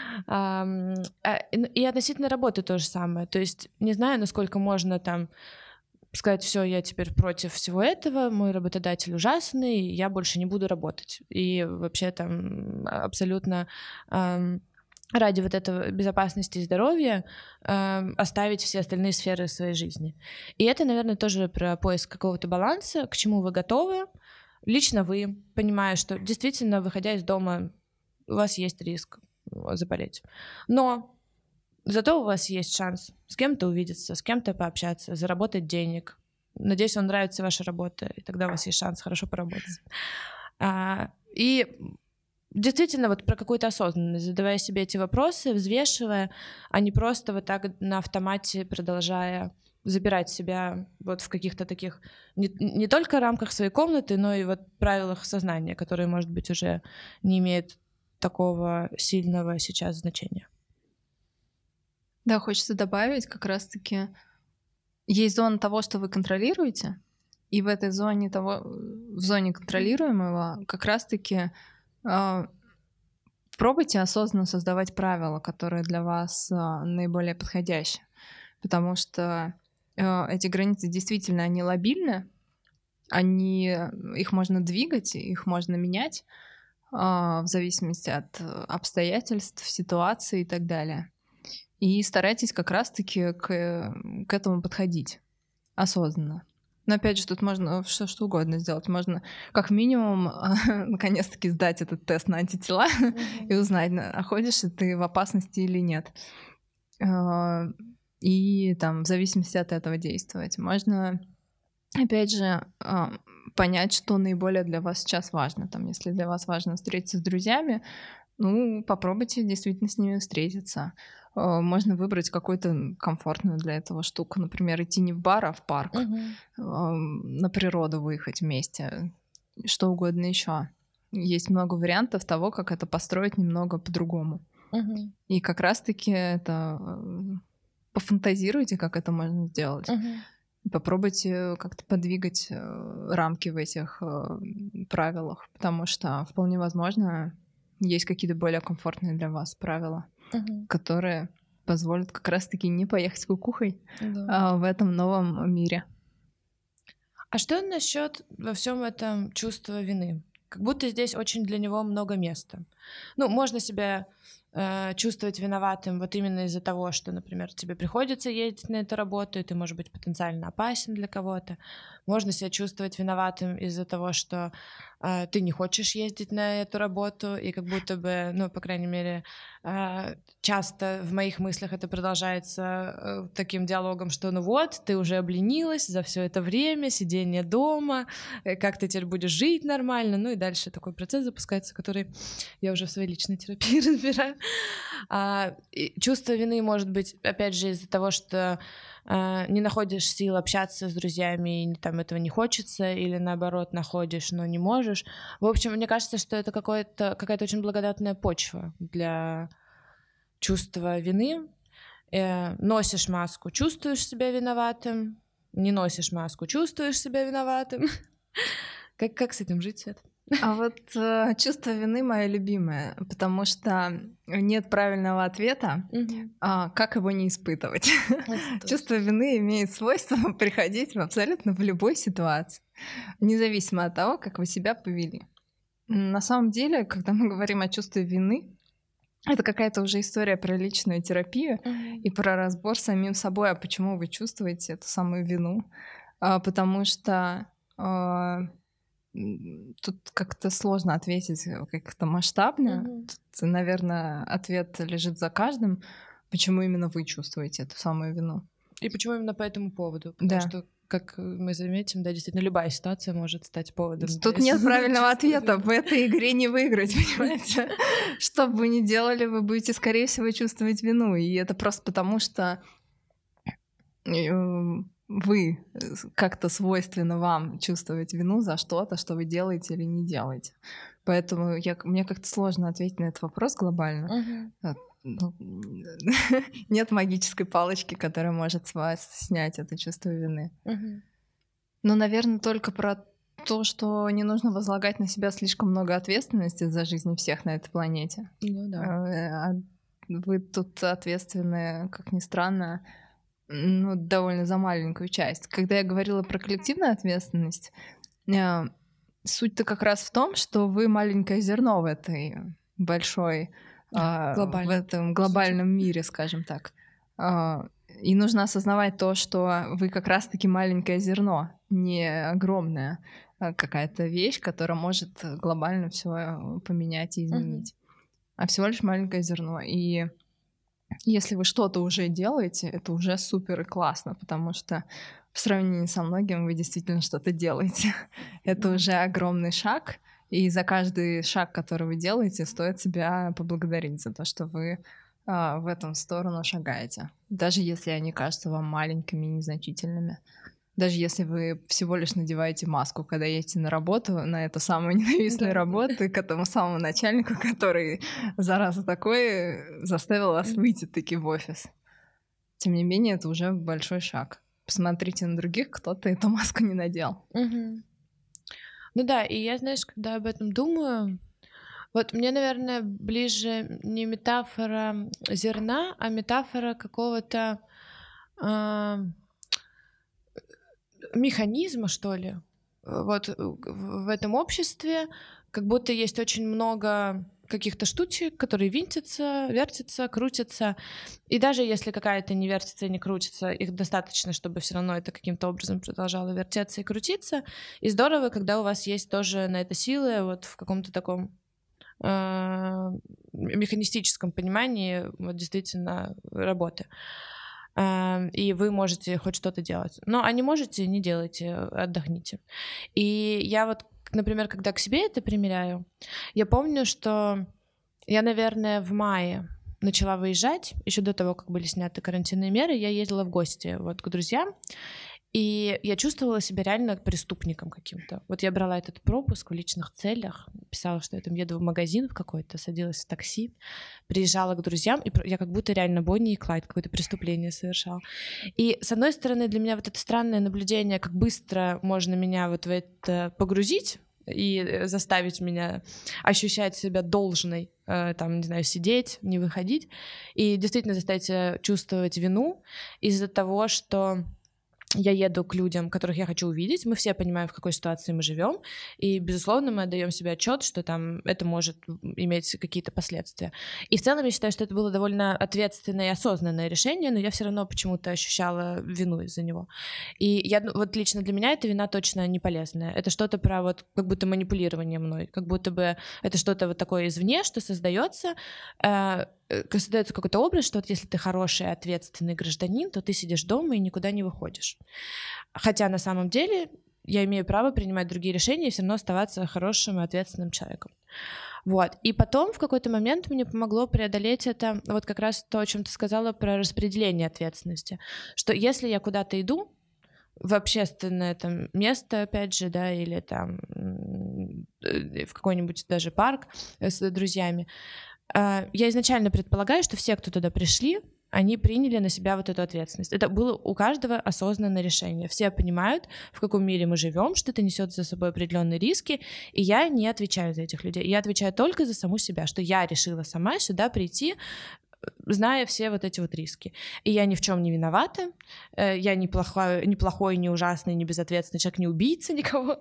И относительно работы то же самое. То есть не знаю, насколько можно там сказать: все, я теперь против всего этого, мой работодатель ужасный, я больше не буду работать. И вообще там абсолютно ради вот этого безопасности и здоровья оставить все остальные сферы своей жизни. И это, наверное, тоже про поиск какого-то баланса, к чему вы готовы. Лично вы, понимая, что действительно, выходя из дома, у вас есть риск заболеть. Но зато у вас есть шанс с кем-то увидеться, с кем-то пообщаться, заработать денег. Надеюсь, вам нравится ваша работа, и тогда у вас есть шанс хорошо поработать. И действительно, вот про какую-то осознанность, задавая себе эти вопросы, взвешивая, а не просто вот так на автомате продолжая забирать себя вот в каких-то таких не только рамках своей комнаты, но и вот правилах сознания, которые, может быть, уже не имеют такого сильного сейчас значения. Да, хочется добавить, как раз-таки есть зона того, что вы контролируете, и в этой зоне в зоне контролируемого как раз-таки пробуйте осознанно создавать правила, которые для вас наиболее подходящие, потому что эти границы действительно, они лобильны, их можно двигать, их можно менять в зависимости от обстоятельств, ситуации и так далее. И старайтесь как раз-таки к этому подходить осознанно. Но опять же, тут можно что угодно сделать. Можно как минимум наконец-таки сдать этот тест на антитела и узнать, находишься ты в опасности или нет. И там в зависимости от этого действовать. Можно, опять же, понять, что наиболее для вас сейчас важно. Там, если для вас важно встретиться с друзьями, попробуйте действительно с ними встретиться. Можно выбрать какую-то комфортную для этого штуку. Например, идти не в бар, а в парк. На природу выехать вместе. Что угодно еще. Есть много вариантов того, как это построить немного по-другому. И как раз-таки это пофантазируйте, как это можно сделать. Попробуйте как-то подвигать рамки в этих правилах, потому что вполне возможно есть какие-то более комфортные для вас правила, которые позволят как раз-таки не поехать кукухой в этом новом мире. А что насчет во всем этом чувства вины? Как будто здесь очень для него много места. Можно себя чувствовать виноватым вот именно из-за того, что, например, тебе приходится ездить на эту работу, и ты, может быть, потенциально опасен для кого-то. Можно себя чувствовать виноватым из-за того, что ты не хочешь ездить на эту работу, и как будто бы, по крайней мере, часто в моих мыслях это продолжается таким диалогом, что ты уже обленилась за все это время, сидение дома, как ты теперь будешь жить нормально, и дальше такой процесс запускается, который я уже в своей личной терапии разбираю. Чувство вины может быть, опять же, из-за того, что не находишь сил общаться с друзьями, и там этого не хочется, или наоборот находишь, но не можешь. В общем, мне кажется, что это какая-то очень благодатная почва для чувства вины. Носишь маску, чувствуешь себя виноватым, не носишь маску, чувствуешь себя виноватым. Как с этим жить, Свет? А вот чувство вины мое любимое, потому что нет правильного ответа, как его не испытывать. Чувство вины имеет свойство приходить абсолютно в любой ситуации, независимо от того, как вы себя повели. На самом деле, когда мы говорим о чувстве вины, это какая-то уже история про личную терапию и про разбор с самим собой, а почему вы чувствуете эту самую вину. Потому что тут как-то сложно ответить как-то масштабно. Тут, наверное, ответ лежит за каждым, почему именно вы чувствуете эту самую вину. И почему именно по этому поводу? Потому что как мы заметим, да, действительно, любая ситуация может стать поводом. Тут нет правильного ответа. В этой игре не выиграть, понимаете? Что бы вы ни делали, вы будете, скорее всего, чувствовать вину. И это просто потому, что вы как-то свойственно вам чувствовать вину за что-то, что вы делаете или не делаете. Поэтому мне как-то сложно ответить на этот вопрос глобально. Нет магической палочки, которая может с вас снять это чувство вины. Но, наверное, только про то, что не нужно возлагать на себя слишком много ответственности за жизнь всех на этой планете. Ну да. Вы тут ответственны, как ни странно, довольно за маленькую часть. Когда я говорила про коллективную ответственность, суть-то как раз в том, что вы маленькое зерно в этой большой, в этом глобальном мире, скажем так. И нужно осознавать то, что вы как раз-таки маленькое зерно, не огромная какая-то вещь, которая может глобально все поменять и изменить, а всего лишь маленькое зерно. И если вы что-то уже делаете, это уже супер и классно, потому что в сравнении со многим вы действительно что-то делаете. Это уже огромный шаг, и за каждый шаг, который вы делаете, стоит себя поблагодарить за то, что вы в этом сторону шагаете. Даже если они кажутся вам маленькими и незначительными. Даже если вы всего лишь надеваете маску, когда едете на работу, на эту самую ненавистную работу, к этому самому начальнику, который, зараза такой, заставил вас выйти таки в офис. Тем не менее, это уже большой шаг. Посмотрите на других, кто-то эту маску не надел. Ну да, и я, знаешь, когда об этом думаю, вот мне, наверное, ближе не метафора зерна, а метафора какого-то механизма, что ли. Вот в этом обществе как будто есть очень много каких-то штучек, которые винтятся, вертятся, крутятся. И даже если какая-то не вертится и не крутится, их достаточно, чтобы все равно это каким-то образом продолжало вертеться и крутиться. И здорово, когда у вас есть тоже на это силы вот в каком-то таком механистическом понимании вот действительно работы. И вы можете хоть что-то делать. Но а не можете, не делайте, отдохните. И я вот, например, когда к себе это примеряю, я помню, что я, наверное, в мае начала выезжать, еще до того, как были сняты карантинные меры, я ездила в гости вот к друзьям, и я чувствовала себя реально преступником каким-то. Вот я брала этот пропуск в личных целях, писала, что я там еду в магазин в какой-то, садилась в такси, приезжала к друзьям, и я как будто реально Бонни и Клайд какое-то преступление совершала. И, с одной стороны, для меня вот это странное наблюдение, как быстро можно меня вот в это погрузить и заставить меня ощущать себя должной, там, не знаю, сидеть, не выходить, и действительно заставить себя чувствовать вину из-за того, что я еду к людям, которых я хочу увидеть. Мы все понимаем, в какой ситуации мы живем, и, безусловно, мы отдаем себе отчет, что там это может иметь какие-то последствия. И в целом я считаю, что это было довольно ответственное и осознанное решение, но я все равно почему-то ощущала вину из-за него. И вот лично для меня эта вина точно не полезная. Это что-то про вот как будто манипулирование мной, как будто бы это что-то вот такое извне, что создается какой-то образ, что вот если ты хороший, ответственный гражданин, то ты сидишь дома и никуда не выходишь. Хотя на самом деле я имею право принимать другие решения и все равно оставаться хорошим и ответственным человеком. Вот. И потом в какой-то момент мне помогло преодолеть это, вот как раз то, о чем ты сказала про распределение ответственности, что если я куда-то иду, в общественное там место, опять же, да, или там в какой-нибудь даже парк с друзьями, я изначально предполагаю, что все, кто туда пришли, они приняли на себя вот эту ответственность. Это было у каждого осознанное решение. Все понимают, в каком мире мы живем, что это несет за собой определенные риски, и я не отвечаю за этих людей. Я отвечаю только за саму себя, что я решила сама сюда прийти, зная все вот эти вот риски. И я ни в чем не виновата, я не плохой, не ужасный, не безответственный человек, не убийца никого.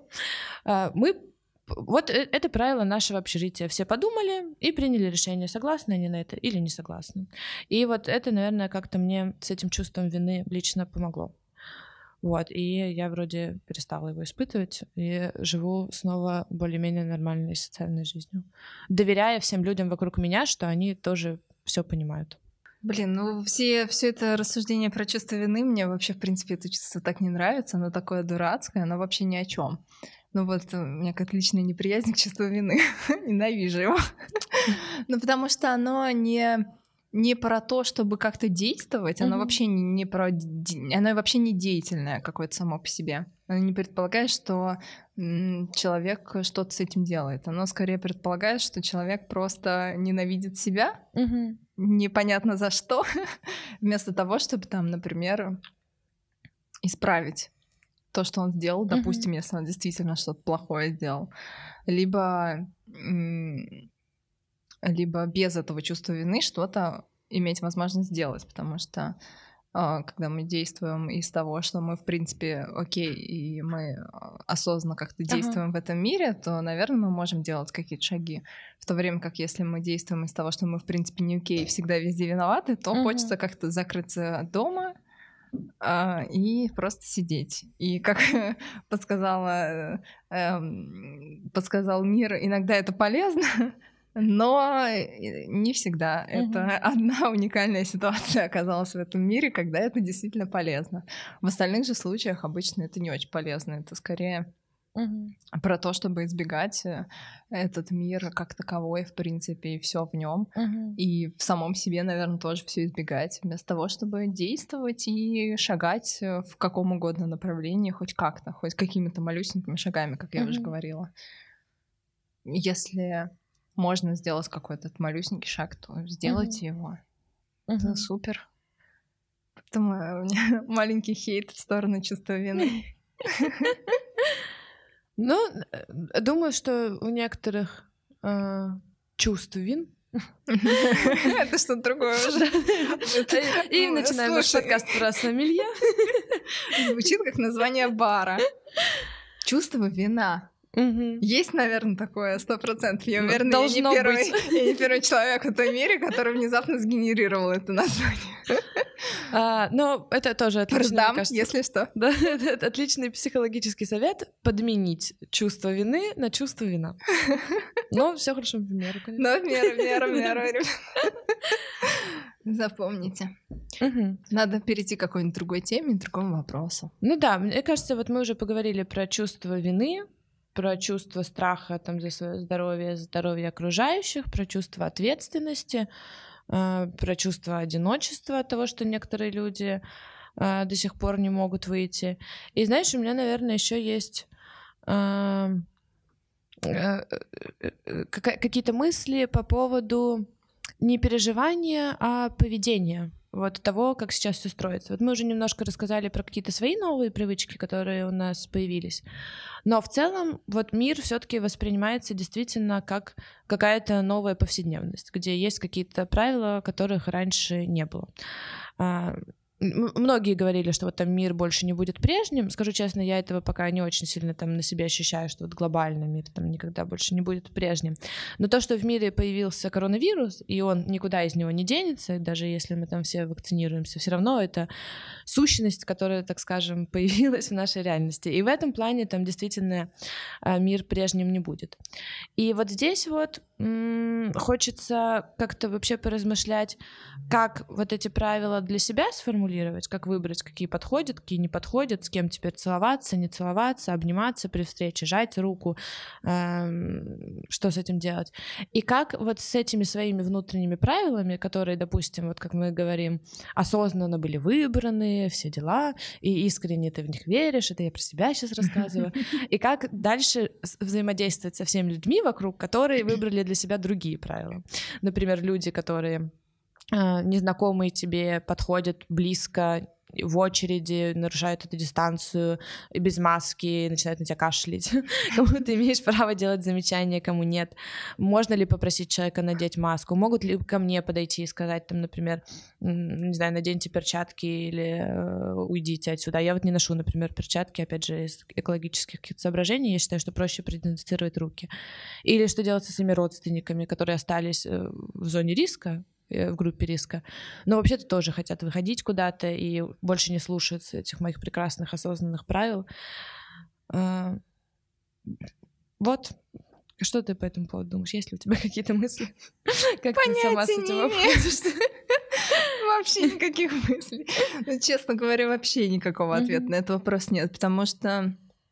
Вот это правило нашего общежития. Все подумали и приняли решение, согласны они на это или не согласны. И вот это, наверное, как-то мне с этим чувством вины лично помогло. Вот, и я вроде перестала его испытывать и живу снова более-менее нормальной социальной жизнью, доверяя всем людям вокруг меня, что они тоже все понимают. Блин, ну все это рассуждение про чувство вины, мне вообще, в принципе, это чувство так не нравится, оно такое дурацкое, оно вообще ни о чем. Ну вот у меня как личная неприязнь к чувству вины. Ненавижу его. Ну потому что оно не про то, чтобы как-то действовать, оно вообще не про... Оно вообще не деятельное какое-то само по себе. Оно не предполагает, что человек что-то с этим делает. Оно скорее предполагает, что человек просто ненавидит себя, непонятно за что, вместо того, чтобы там, например, исправить то, что он сделал, допустим, если он действительно что-то плохое сделал, либо без этого чувства вины что-то иметь возможность сделать, потому что когда мы действуем из того, что мы, в принципе, окей, и мы осознанно как-то действуем в этом мире, то, наверное, мы можем делать какие-то шаги. В то время как если мы действуем из того, что мы, в принципе, не окей и всегда везде виноваты, то хочется как-то закрыться дома и просто сидеть. И как подсказал мир, иногда это полезно, но не всегда. Это одна уникальная ситуация оказалась в этом мире, когда это действительно полезно. В остальных же случаях обычно это не очень полезно. Это скорее про то, чтобы избегать этот мир как таковой, в принципе, и все в нем. И в самом себе, наверное, тоже все избегать, вместо того, чтобы действовать и шагать в каком угодно направлении, хоть как-то, хоть какими-то малюсенькими шагами, как я уже говорила. Если можно сделать какой-то малюсенький шаг, то сделайте его. Это супер. Поэтому у меня маленький хейт в сторону чувства вины. Ну, думаю, что у некоторых чувств вин. Это что-то другое уже. И начинаем наш подкаст про сомелье. Звучит как название бара. Чувство вина. Есть, наверное, такое 100%. Я уверена, я не первый человек в этом мире, который внезапно сгенерировал это название. Но это тоже отличный, Продам, мне кажется, если что. Да, это отличный психологический совет — подменить чувство вины на чувство вина. Но все хорошо в меру, конечно. Но в меру. Запомните. Надо перейти к какой-нибудь другой теме, другому вопросу. Ну да, мне кажется, вот мы уже поговорили про чувство вины, про чувство страха там, за свое здоровье окружающих, про чувство ответственности, про чувство одиночества от того, что некоторые люди до сих пор не могут выйти. И знаешь, у меня, наверное, еще есть какие-то мысли по поводу не переживания, а поведения. Вот того, как сейчас все строится. Вот мы уже немножко рассказали про какие-то свои новые привычки, которые у нас появились. Но в целом вот мир все-таки воспринимается действительно как какая-то новая повседневность, где есть какие-то правила, которых раньше не было. Многие говорили, что вот там мир больше не будет прежним. Скажу честно, я этого пока не очень сильно там на себе ощущаю, что вот глобально мир там никогда больше не будет прежним. Но то, что в мире появился коронавирус, и он никуда из него не денется, даже если мы там все вакцинируемся, все равно это сущность, которая, так скажем, появилась в нашей реальности. И в этом плане там действительно мир прежним не будет. И вот здесь вот хочется как-то вообще поразмышлять, как вот эти правила для себя сформулировать, как выбрать, какие подходят, какие не подходят, с кем теперь целоваться, не целоваться, обниматься при встрече, жать руку, что с этим делать. И как вот с этими своими внутренними правилами, которые, допустим, вот как мы говорим, осознанно были выбраны, все дела, и искренне ты в них веришь, это я про себя сейчас рассказываю, и как дальше взаимодействовать со всеми людьми вокруг, которые выбрали для себя другие правила. Например, люди, которые незнакомые тебе подходят близко, в очереди, нарушают эту дистанцию, без маски, начинают на тебя кашлять. Кому ты имеешь право делать замечания, кому нет. Можно ли попросить человека надеть маску? Могут ли ко мне подойти и сказать, там, например, не знаю, наденьте перчатки или уйдите отсюда. Я вот не ношу, например, перчатки, опять же, из экологических каких-то соображений. Я считаю, что проще продезинфицировать руки. Или что делать со своими родственниками, которые остались в зоне риска, в группе риска, но вообще-то тоже хотят выходить куда-то и больше не слушаются этих моих прекрасных осознанных правил. Вот. Что ты по этому поводу думаешь? Есть ли у тебя какие-то мысли? Как ты сама с этим обходишься? вообще никаких мыслей. Ну, честно говоря, вообще никакого ответа на этот вопрос нет, потому что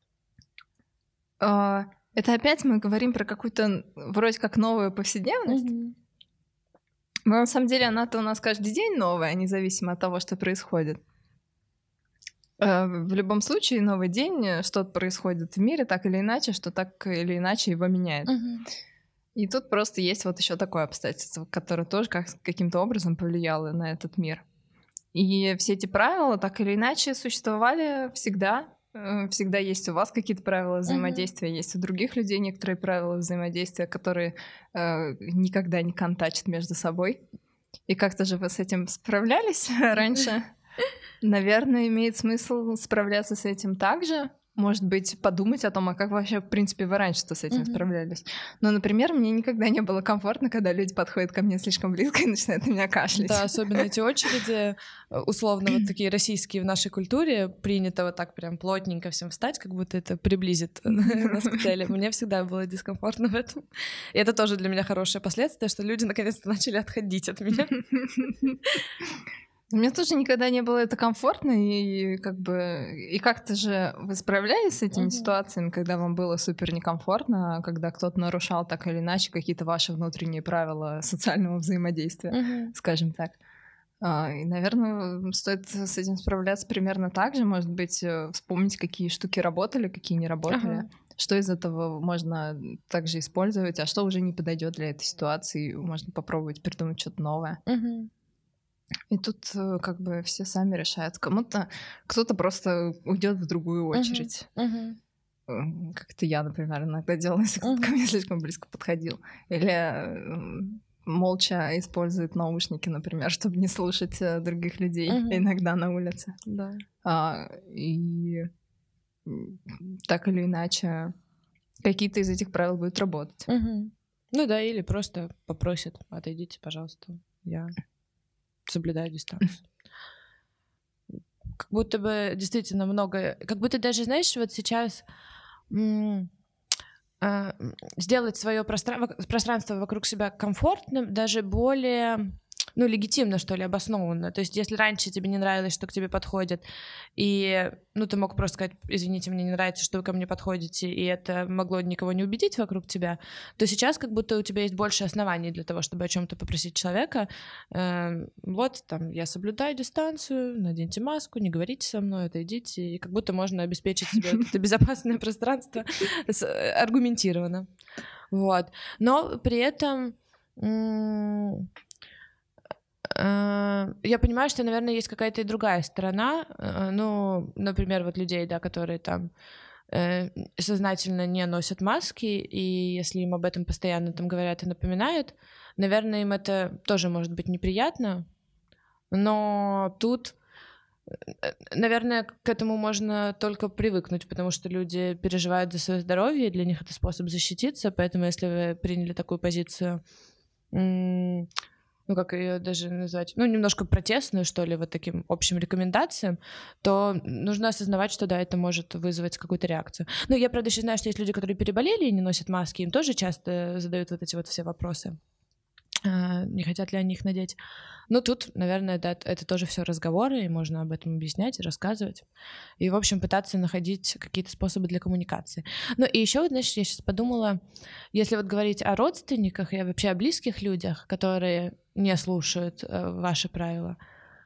это опять мы говорим про какую-то вроде как новую повседневность. Но на самом деле она-то у нас каждый день новая, независимо от того, что происходит. В любом случае, новый день, что-то происходит в мире так или иначе, что так или иначе его меняет. И тут просто есть вот еще такое обстоятельство, которое тоже каким-то образом повлияло на этот мир. И все эти правила так или иначе существовали всегда. Всегда есть у вас какие-то правила взаимодействия, есть у других людей некоторые правила взаимодействия, которые никогда не контачат между собой. И как-то же вы с этим справлялись раньше? Наверное, имеет смысл справляться с этим также. Может быть, подумать о том, а как вообще, в принципе, вы раньше-то с этим справлялись. Но, например, мне никогда не было комфортно, когда люди подходят ко мне слишком близко и начинают на меня кашлять. Да, особенно эти очереди, условно, вот такие российские в нашей культуре, принято вот так прям плотненько всем встать, как будто это приблизит нас к цели. Мне всегда было дискомфортно в этом. И это тоже для меня хорошее последствие, что люди наконец-то начали отходить от меня. Мне тоже никогда не было это комфортно, и как-то же вы справлялись с этими ситуациями, когда вам было супер некомфортно, когда кто-то нарушал так или иначе какие-то ваши внутренние правила социального взаимодействия, скажем так. И, наверное, стоит с этим справляться примерно так же, может быть, вспомнить, какие штуки работали, какие не работали. Что из этого можно также использовать, а что уже не подойдет для этой ситуации, можно попробовать придумать что-то новое. И тут как бы все сами решают. Кто-то просто уйдет в другую очередь. Как это я, например, иногда делала, если кто-то ко мне слишком близко подходил. Или молча использует наушники, например, чтобы не слушать других людей иногда на улице. Да. И так или иначе какие-то из этих правил будут работать. Ну да, или просто попросят: отойдите, пожалуйста, я соблюдаю дистанцию. Как будто бы действительно много... Как будто даже, знаешь, вот сейчас сделать свое пространство вокруг себя комфортным, даже более... легитимно, что ли, обоснованно. То есть, если раньше тебе не нравилось, что к тебе подходят, и, ты мог просто сказать: извините, мне не нравится, что вы ко мне подходите, и это могло никого не убедить вокруг тебя, то сейчас как будто у тебя есть больше оснований для того, чтобы о чем-то попросить человека. Я соблюдаю дистанцию, наденьте маску, не говорите со мной, отойдите, и как будто можно обеспечить себе это безопасное пространство аргументированно. Вот. Но при этом... Я понимаю, что, наверное, есть какая-то и другая сторона, например, вот людей, да, которые там сознательно не носят маски, и если им об этом постоянно там говорят и напоминают, наверное, им это тоже может быть неприятно, но тут, наверное, к этому можно только привыкнуть, потому что люди переживают за свое здоровье, и для них это способ защититься, поэтому если вы приняли такую позицию, как ее даже назвать, немножко протестную, что ли, вот таким общим рекомендациям, то нужно осознавать, что да, это может вызвать какую-то реакцию. Я, правда, еще знаю, что есть люди, которые переболели и не носят маски, им тоже часто задают вот эти вот все вопросы, не хотят ли они их надеть. Тут, наверное, да, это тоже все разговоры, и можно об этом объяснять и рассказывать. И, в общем, пытаться находить какие-то способы для коммуникации. И еще, вот, знаешь, я сейчас подумала, если вот говорить о родственниках и вообще о близких людях, которые не слушают ваши правила,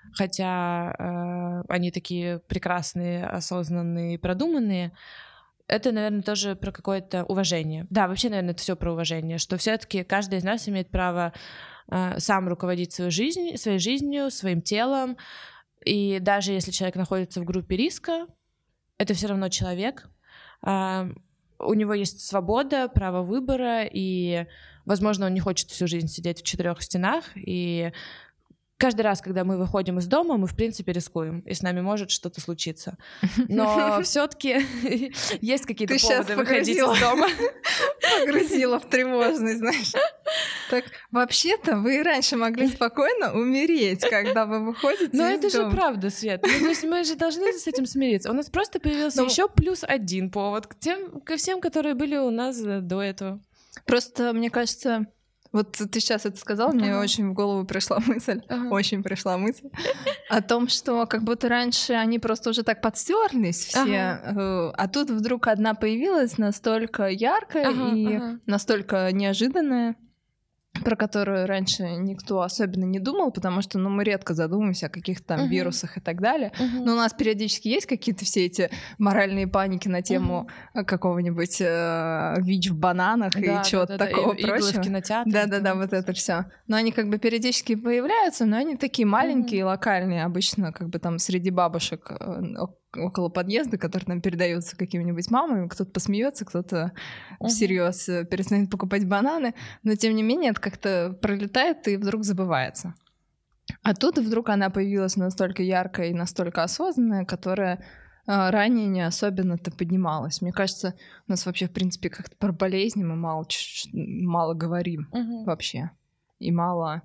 хотя они такие прекрасные, осознанные, продуманные, это, наверное, тоже про какое-то уважение. Да, вообще, наверное, это все про уважение, что все-таки каждый из нас имеет право сам руководить своей жизнью, своим телом. И даже если человек находится в группе риска, это все равно человек. У него есть свобода, право выбора, и, возможно, он не хочет всю жизнь сидеть в 4 стенах, и каждый раз, когда мы выходим из дома, мы, в принципе, рискуем, и с нами может что-то случиться. Но все-таки есть какие-то поводы выходить из дома. Погрузила в тревожность, знаешь. Так, вообще-то вы и раньше могли спокойно умереть, когда вы выходите из дома. Но это же правда, Свет. То есть мы же должны с этим смириться. У нас просто появился еще +1 повод ко всем, которые были у нас до этого. Просто, мне кажется, Вот ты сейчас это сказала, мне очень в голову пришла мысль, очень пришла мысль о том, что как будто раньше они просто уже так подстерлись все, а тут вдруг одна появилась настолько яркая и настолько неожиданная, про которую раньше никто особенно не думал, потому что, мы редко задумываемся о каких-то там вирусах и так далее. Но у нас периодически есть какие-то все эти моральные паники на тему какого-нибудь ВИЧ в бананах и чего-то такого прочего. В кинотеатре. Да, вот это все. Но они как бы периодически появляются, но они такие маленькие, локальные, обычно как бы там среди бабушек около подъезда, которые нам передаются какими-нибудь мамами, кто-то посмеется, кто-то всерьез перестанет покупать бананы, но тем не менее это как-то пролетает и вдруг забывается. А тут вдруг она появилась настолько яркая и настолько осознанная, которая ранее не особенно-то поднималась. Мне кажется, у нас вообще, в принципе, как-то про болезни мы мало говорим вообще. И мало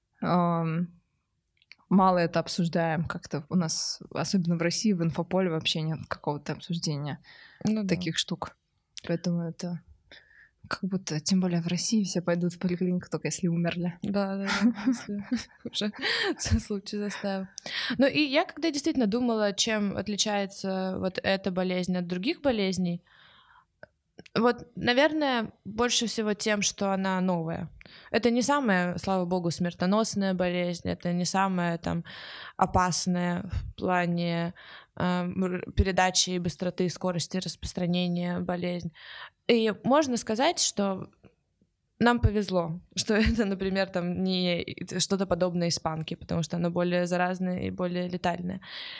это обсуждаем как-то. У нас, особенно в России, в инфополе вообще нет какого-то обсуждения таких штук. Поэтому это как будто, тем более в России, все пойдут в поликлинику, только если умерли. Да, уже случай заставил. Ну и я когда действительно думала, чем отличается вот эта болезнь от других болезней, вот, наверное, больше всего тем, что она новая. Это не самая, слава богу, смертоносная болезнь, это не самая там опасная в плане передачи и быстроты, скорости распространения болезни. И можно сказать, что нам повезло, что это, например, там не что-то подобное испанке, потому что она более заразная и более летальная.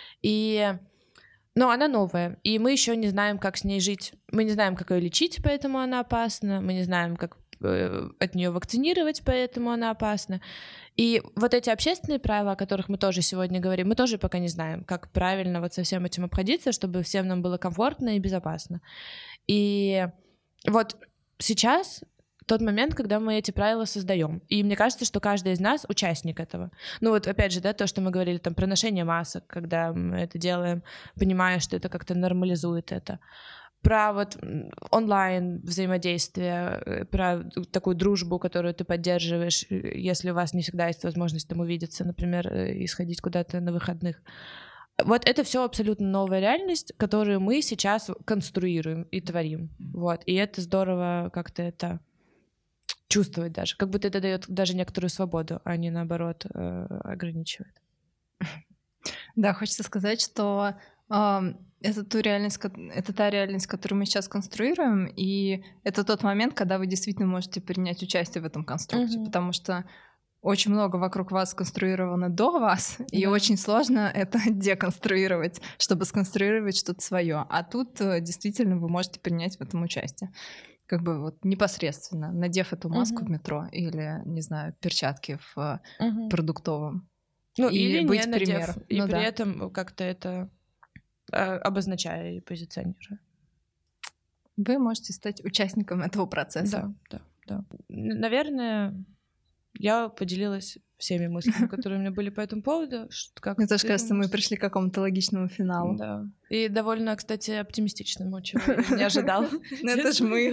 Но она новая, и мы еще не знаем, как с ней жить. Мы не знаем, как ее лечить, поэтому она опасна. Мы не знаем, как от нее вакцинировать, поэтому она опасна. И вот эти общественные правила, о которых мы тоже сегодня говорим, мы тоже пока не знаем, как правильно вот со всем этим обходиться, чтобы всем нам было комфортно и безопасно. И вот сейчас тот момент, когда мы эти правила создаем. И мне кажется, что каждый из нас участник этого. Ну вот опять же, да, то, что мы говорили там про ношение масок, когда мы это делаем, понимая, что это как-то нормализует это. Про вот онлайн взаимодействие, про такую дружбу, которую ты поддерживаешь, если у вас не всегда есть возможность там увидеться, например, и сходить куда-то на выходных. Вот это все абсолютно новая реальность, которую мы сейчас конструируем и творим. Вот. И это здорово как-то это чувствовать даже. Как будто это дает даже некоторую свободу, а не наоборот ограничивает. Да, хочется сказать, что это та реальность, которую мы сейчас конструируем, и это тот момент, когда вы действительно можете принять участие в этом конструкте, потому что очень много вокруг вас сконструировано до вас, и очень сложно это деконструировать, чтобы сконструировать что-то свое. А тут действительно вы можете принять в этом участие. Как бы вот непосредственно, надев эту маску в метро или, не знаю, перчатки в продуктовом. Ну, и или быть не надев, примером. и при этом как-то это обозначая и позиционируя. Вы можете стать участником этого процесса. Да. Наверное, я поделилась всеми мыслями, которые у меня были по этому поводу. Мне тоже кажется, мы пришли к какому-то логичному финалу. Да. И довольно, кстати, оптимистичному, чего я не ожидал. Ну это же мы.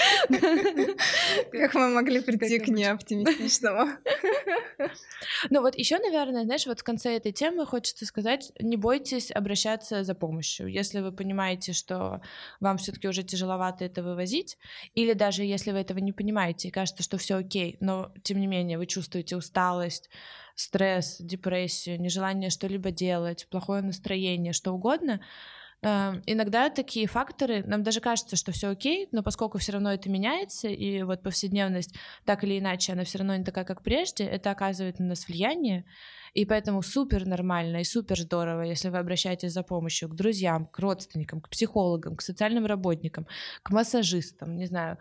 Как мы могли прийти к неоптимистичному? Ну вот еще, наверное, знаешь, вот в конце этой темы хочется сказать, не бойтесь обращаться за помощью. Если вы понимаете, что вам все-таки уже тяжеловато это вывозить, или даже если вы этого не понимаете и кажется, что все окей, но тем не менее вы чувствуете усталость, стресс, депрессию, нежелание что-либо делать, плохое настроение, что угодно, иногда такие факторы, нам даже кажется, что все окей, но поскольку все равно это меняется, и вот повседневность так или иначе, она все равно не такая, как прежде, это оказывает на нас влияние, и поэтому супер нормально и супер здорово, если вы обращаетесь за помощью к друзьям, к родственникам, к психологам, к социальным работникам, к массажистам, не знаю,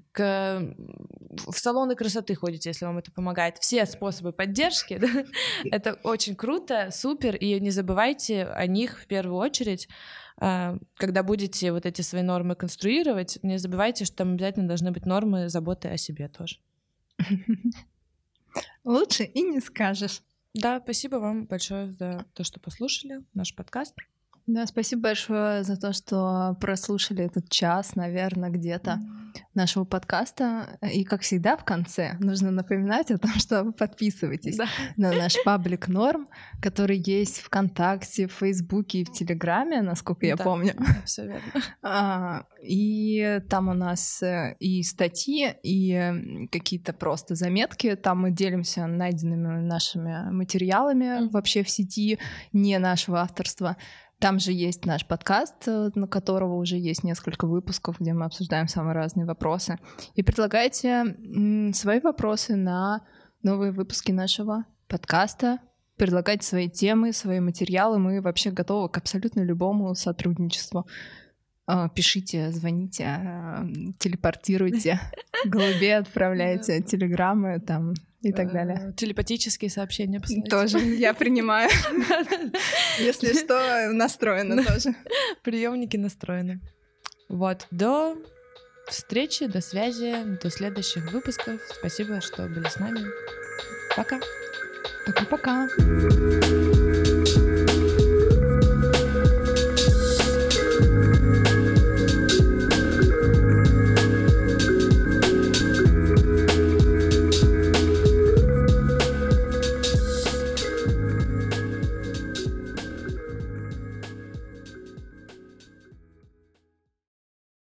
в салоны красоты ходите, если вам это помогает. Все способы поддержки, да? Это очень круто, супер, и не забывайте о них в первую очередь. Когда будете вот эти свои нормы конструировать, не забывайте, что там обязательно должны быть нормы заботы о себе тоже. Лучше и не скажешь. Да, спасибо вам большое за то, что послушали наш подкаст. Да, спасибо большое за то, что прослушали этот час, наверное, где-то. нашего подкаста. И, как всегда, в конце нужно напоминать о том, что вы подписывайтесь на наш паблик Норм, который есть в ВКонтакте, в Фейсбуке и в Телеграме, насколько я помню. Всё верно. И там у нас и статьи, и какие-то просто заметки. Там мы делимся найденными нашими материалами вообще в сети, не нашего авторства. Там же есть наш подкаст, на которого уже есть несколько выпусков, где мы обсуждаем самые разные вопросы. И предлагайте свои вопросы на новые выпуски нашего подкаста. Предлагайте свои темы, свои материалы. Мы вообще готовы к абсолютно любому сотрудничеству. Пишите, звоните, телепортируйте, голубей отправляйте, телеграммы там и так далее. Телепатические сообщения посылайте. Тоже я принимаю. Если что, настроена тоже. Приемники настроены. Вот. До встречи, до связи, до следующих выпусков. Спасибо, что были с нами. Пока. Пока-пока.